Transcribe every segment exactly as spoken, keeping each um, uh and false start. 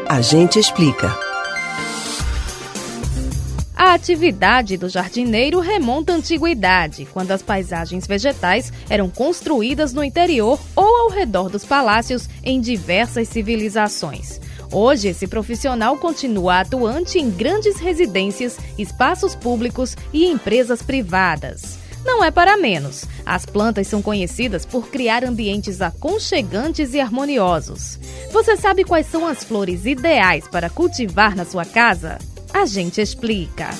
A gente explica. A atividade do jardineiro remonta à antiguidade, quando as paisagens vegetais eram construídas no interior ou ao redor dos palácios em diversas civilizações. Hoje, esse profissional continua atuante em grandes residências, espaços públicos e empresas privadas. Não é para menos. As plantas são conhecidas por criar ambientes aconchegantes e harmoniosos. Você sabe quais são as flores ideais para cultivar na sua casa? A gente explica.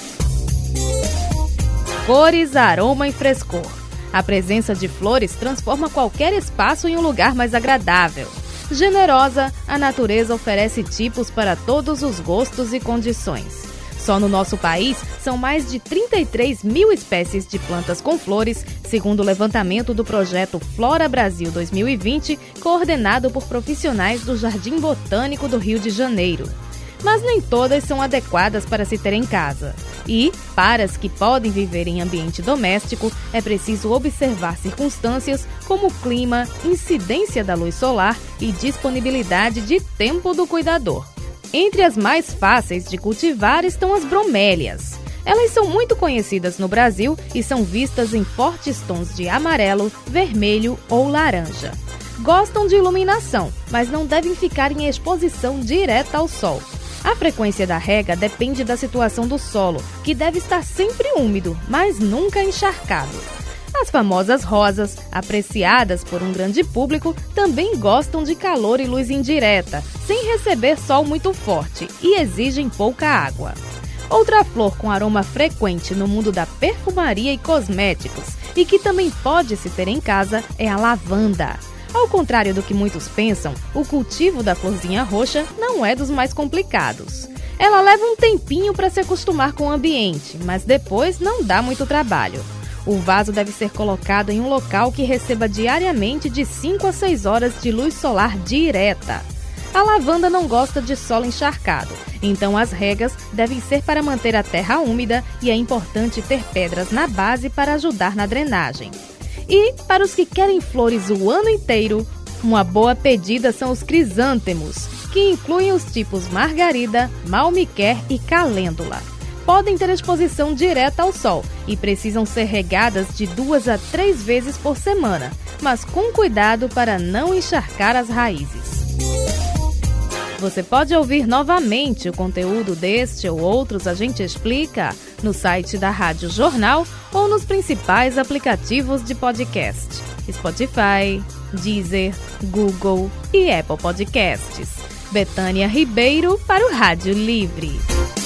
Cores, aroma e frescor. A presença de flores transforma qualquer espaço em um lugar mais agradável. Generosa, a natureza oferece tipos para todos os gostos e condições. Só no nosso país, são mais de trinta e três mil espécies de plantas com flores, segundo o levantamento do projeto Flora Brasil dois mil e vinte, coordenado por profissionais do Jardim Botânico do Rio de Janeiro. Mas nem todas são adequadas para se ter em casa. E, para as que podem viver em ambiente doméstico, é preciso observar circunstâncias como o clima, incidência da luz solar e disponibilidade de tempo do cuidador. Entre as mais fáceis de cultivar estão as bromélias. Elas são muito conhecidas no Brasil e são vistas em fortes tons de amarelo, vermelho ou laranja. Gostam de iluminação, mas não devem ficar em exposição direta ao sol. A frequência da rega depende da situação do solo, que deve estar sempre úmido, mas nunca encharcado. As famosas rosas, apreciadas por um grande público, também gostam de calor e luz indireta, sem receber sol muito forte e exigem pouca água. Outra flor com aroma frequente no mundo da perfumaria e cosméticos e que também pode se ter em casa é a lavanda. Ao contrário do que muitos pensam, o cultivo da florzinha roxa não é dos mais complicados. Ela leva um tempinho para se acostumar com o ambiente, mas depois não dá muito trabalho. O vaso deve ser colocado em um local que receba diariamente de cinco a seis horas de luz solar direta. A lavanda não gosta de solo encharcado, então as regas devem ser para manter a terra úmida e é importante ter pedras na base para ajudar na drenagem. E, para os que querem flores o ano inteiro, uma boa pedida são os crisântemos, que incluem os tipos margarida, malmiquer e calêndula. Podem ter exposição direta ao sol e precisam ser regadas de duas a três vezes por semana, mas com cuidado para não encharcar as raízes. Você pode ouvir novamente o conteúdo deste ou outros A Gente Explica no site da Rádio Jornal ou nos principais aplicativos de podcast: Spotify, Deezer, Google e Apple Podcasts. Betânia Ribeiro para o Rádio Livre.